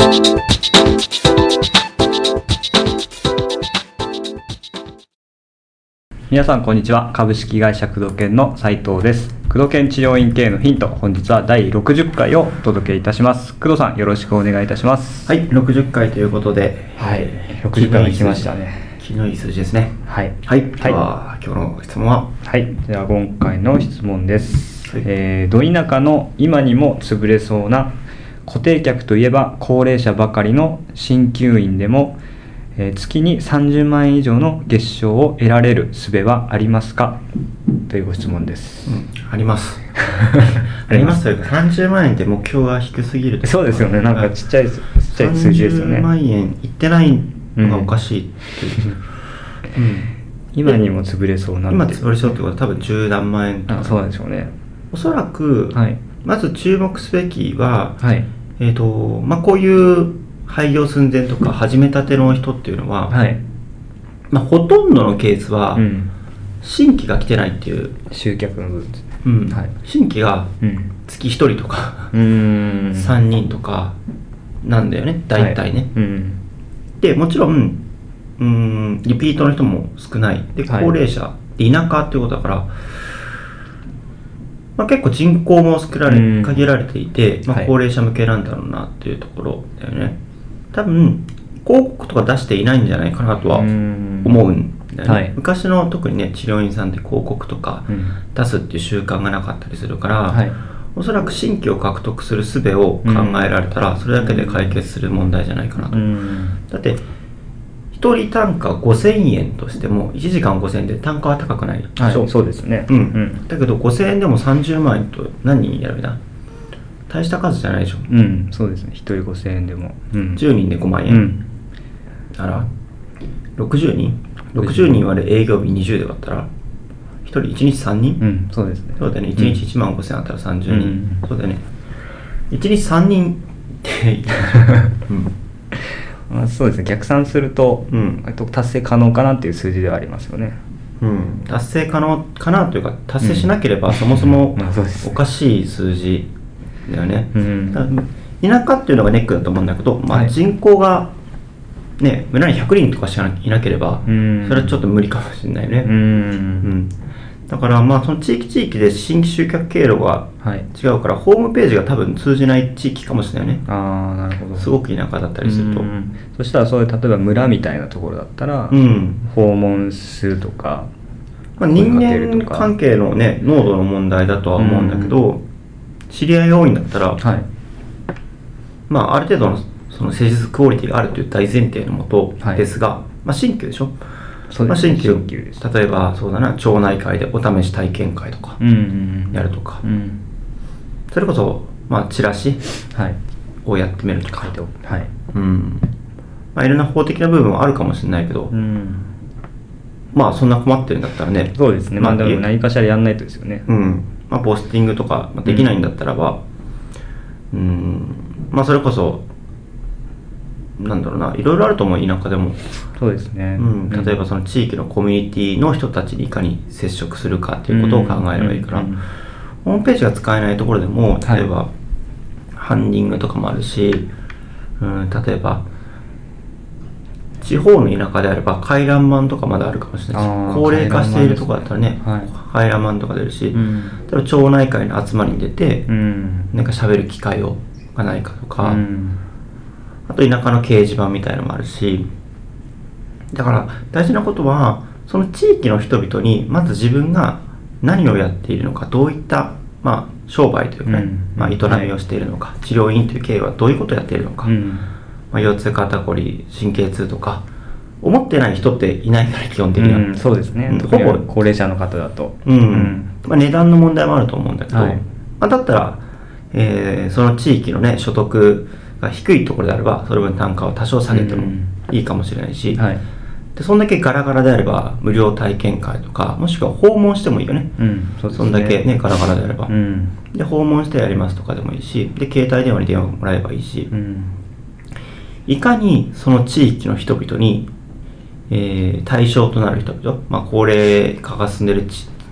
皆さんこんにちは。株式会社工藤研の斉藤です。工藤研治療院経営のヒント、本日は第60回をお届けいたします。工藤さんよろしくお願いいたします。 はい、60回ということで、 はい、60回も来ましたね。 気のいい数字ですね。 はい、 はい、では、今日の質問は、 はい、では今回の質問です。 はい、 ど田舎の今にも潰れそうな固定客といえば高齢者ばかりの鍼灸院でも、月に30万円以上の月賞を得られる術はありますかというご質問です。 ありますありますというか、30万円って目標が低すぎる。 そうですよね。なんかちっちゃい数字ですよね。 30万円いってないのがおかしいっていう、 今にも潰れそうなんで。 今潰れそうってことは多分10何万円とか。 そうなんでしょうね。 おそらく、 はい、 まず注目すべきは、 はい、 こういう廃業寸前とか始めたての人っていうのは、 はい、 ほとんどのケースは、新規が来てないっていう集客の部分ですね。 はい、新規が月1人とか、3人とかなんだよね、大体ね。でもちろんリピートの人も少ないで、高齢者、で田舎っていうことだから、結構人口も限られていて、高齢者向けなんだろうなっていうところだよね。多分広告とか出していないんじゃないかなとは思うんだよね。昔の特にね、治療院さんって広告とか出すっていう習慣がなかったりするから、おそらく新規を獲得する術を考えられたら、それだけで解決する問題じゃないかなと。だって1人単価5000円としても1時間5000円で単価は高くないでしょ。 そうですね。 だけど5000円でも30万円と何人やるんだ、大した数じゃないでしょ。 そうですね。1人5000円でも、 10人で5万円、あら60人割る営業日20で割ったら1人1日3人、 そうですね。 そうだよね。1日1万5000円あったら30人、そうだよね。1日3人ってそうですね。逆算すると、達成可能かなっていう数字ではありますよね。 達成可能かなというか、達成しなければそもそもおかしい数字だよね。田舎っていうのがネックだと思うんだけど、人口がね、村に100人とかしかいなければ、それはちょっと無理かもしれないね。だからその地域で新規集客経路が違うから、ホームページが多分通じない地域かもしれないね。 なるほど。 すごく田舎だったりすると。 そしたらそういう例えば村みたいなところだったら、訪問するとか、 人間関係のね、濃度の問題だとは思うんだけど、知り合いが多いんだったら、ある程度のその施術クオリティがあるという大前提のもとですが、新規でしょ。新規です。例えばそうだな、町内会でお試し体験会とかやるとか、それこそチラシをやってみるとか、いろんな法的な部分はあるかもしれないけど、そんな困ってるんだったらね。 そうですね。でも何かしらやんないとですよね。 ポスティングとかできないんだったらば、それこそなんだろうな、いろいろあると思う、田舎でも。 そうですね。 例えばその地域のコミュニティの人たちにいかに接触するかっていうことを考えればいいから、ホームページが使えないところでも、例えばハンディングとかもあるし、例えば地方の田舎であれば回覧板とかまだあるかもしれないし、高齢化しているところだったらね、回覧板とか出るし、例えば町内会の集まりに出て、なんか喋る機会がないかとか、あと田舎の掲示板みたいなのもあるし、だから大事なことは、その地域の人々にまず自分が何をやっているのか、どういった商売というかね、営みをしているのか、治療院という経営はどういうことをやっているのか、腰痛肩こり神経痛とか思ってない人っていないから、基本的には。 そうですね。ほぼ高齢者の方だと、 値段の問題もあると思うんだけど、だったら、その地域のね、所得が低いところであれば、それ分単価を多少下げてもいいかもしれないし、でそんだけガラガラであれば無料体験会とか、もしくは訪問してもいいよね。そんだけね、ガラガラであれば、で訪問してやりますとかでもいいし、で携帯電話に電話もらえばいいし、いかにその地域の人々に、対象となる人々、高齢化が進んでいる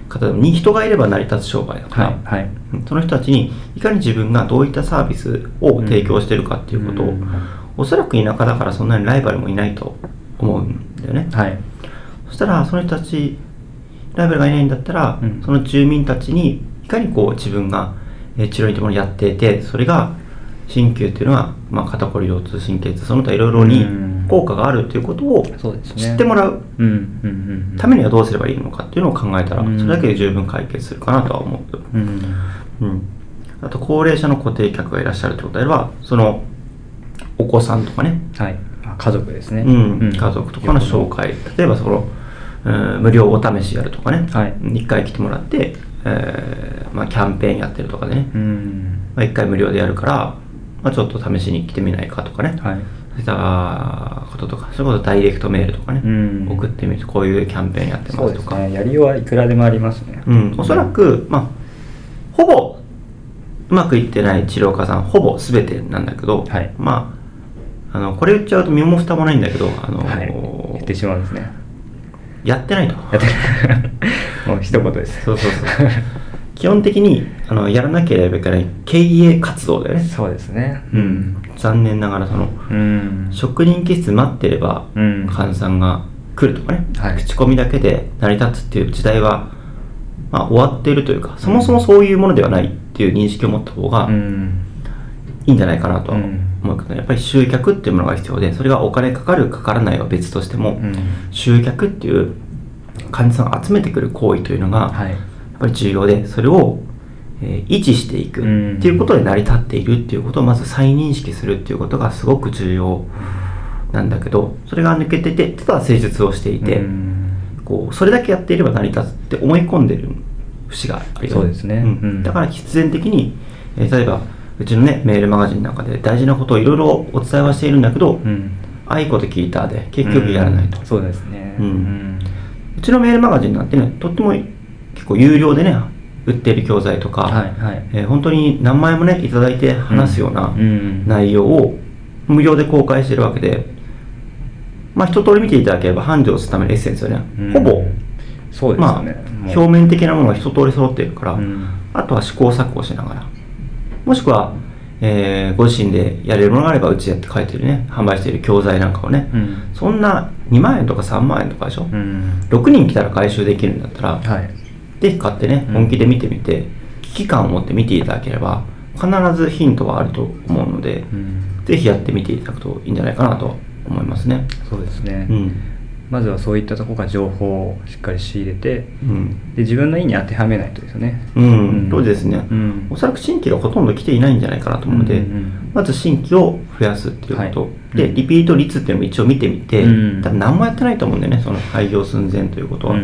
方に人がいれば成り立つ商売だから、 はいはい、 その人たちにいかに自分がどういったサービスを提供しているかっていうことを、おそらく田舎だからそんなにライバルもいないと思うんだよね、 はい、 そしたらその人たちライバルがいないんだったら、その住民たちにいかにこう自分が治療にともにやっていて、それが鍼灸っていうのは、肩こり腰痛神経痛その他いろいろに効果があるということを知ってもらうためにはどうすればいいのかっていうのを考えたら、それだけで十分解決するかなとは思う。あと高齢者の固定客がいらっしゃるということであれば、そのお子さんとかね、 はい、家族ですね、 家族とかの紹介、例えばその、無料お試しやるとかね、 はい、 1回来てもらって、キャンペーンやってるとかでね、1回無料でやるから、ちょっと試しに来てみないかとかね、はい、そういったこととか、そういうことダイレクトメールとかね、送ってみるとこういうキャンペーンやってますとか、 そうですね、やりようはいくらでもありますね。 おそらく、ほぼうまくいってない治療家さんほぼ全てなんだけど、はい、これ言っちゃうと身も蓋もないんだけど、 言ってしまうんですね。 やってないと。 もう一言です。 そう基本的にやらなければいけない経営活動だよね。 そうですね。 残念ながらその、職人気質待ってれば、患者さんが来るとかね、口コミだけで成り立つっていう時代は、終わっているというか、そもそもそういうものではないっていう認識を持った方がいいんじゃないかなとは思うけど、やっぱり集客っていうものが必要で、それがお金かかるかからないは別としても、集客っていう患者さんを集めてくる行為というのが、やっぱり重要で、それを維持していくっていうことで成り立っているっていうことをまず再認識するっていうことがすごく重要なんだけど、それが抜けてて、ただ施術をしていて、それだけやっていれば成り立つって思い込んでる節があるよね。 そうですね。 だから必然的に、例えばうちのねメールマガジンの中で大事なことをいろいろお伝えはしているんだけど、ああいうこと聞いたで結局やらないと。 そうですね。 うちのメールマガジンなんてね、とっても結構有料でね売っている教材とか、本当に何万円もねいただいて話すような内容を無料で公開してるわけで、一通り見ていただければ繁盛するためのエッセンスはね、ほぼそうですね、 表面的なものが一通り揃っているから、あとは試行錯誤しながら、もしくは、ご自身でやれるものがあればうちやって書いてるね販売している教材なんかをね、そんな2万円とか3万円とかでしょ、6人来たら回収できるんだったら、ぜひ買ってね本気で見てみて、危機感を持って見ていただければ必ずヒントはあると思うので、ぜひやってみていただくといいんじゃないかなと思いますね。 そうですね、まずはそういったところから情報をしっかり仕入れて、で自分の意に当てはめないとですよね。 そうですね、おそらく新規がほとんど来ていないんじゃないかなと思うので、まず新規を増やすっていうこと、でリピート率っていうのも一応見てみて、多分何もやってないと思うんだよね、その廃業寸前ということは。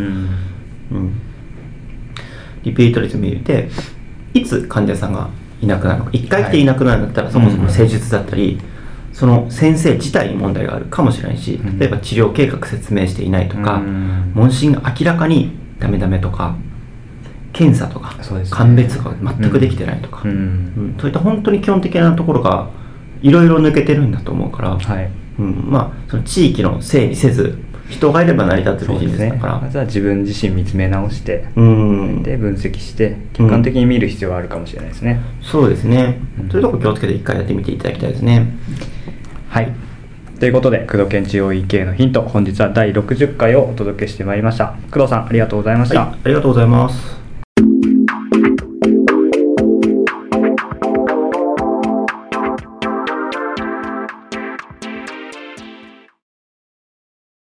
リピート率見て、いつ患者さんがいなくなるのか、1回来ていなくなるんだったら、そもそも施術だったり、その先生自体に問題があるかもしれないし、例えば治療計画説明していないとか、問診が明らかにダメとか、検査とか、鑑別とか全くできてないとか、そういった本当に基本的なところがいろいろ抜けてるんだと思うから、その地域の整理せず、人がいれば成り立つビジネスだから、 まずは自分自身見つめ直して、で分析して客観的に見る必要があるかもしれないですね。 そうですね、そういうところ気をつけて一回やってみていただきたいですね。 はい、ということで工藤健治 OEK のヒント、本日は第60回をお届けしてまいりました。工藤さんありがとうございました。 ありがとうございます。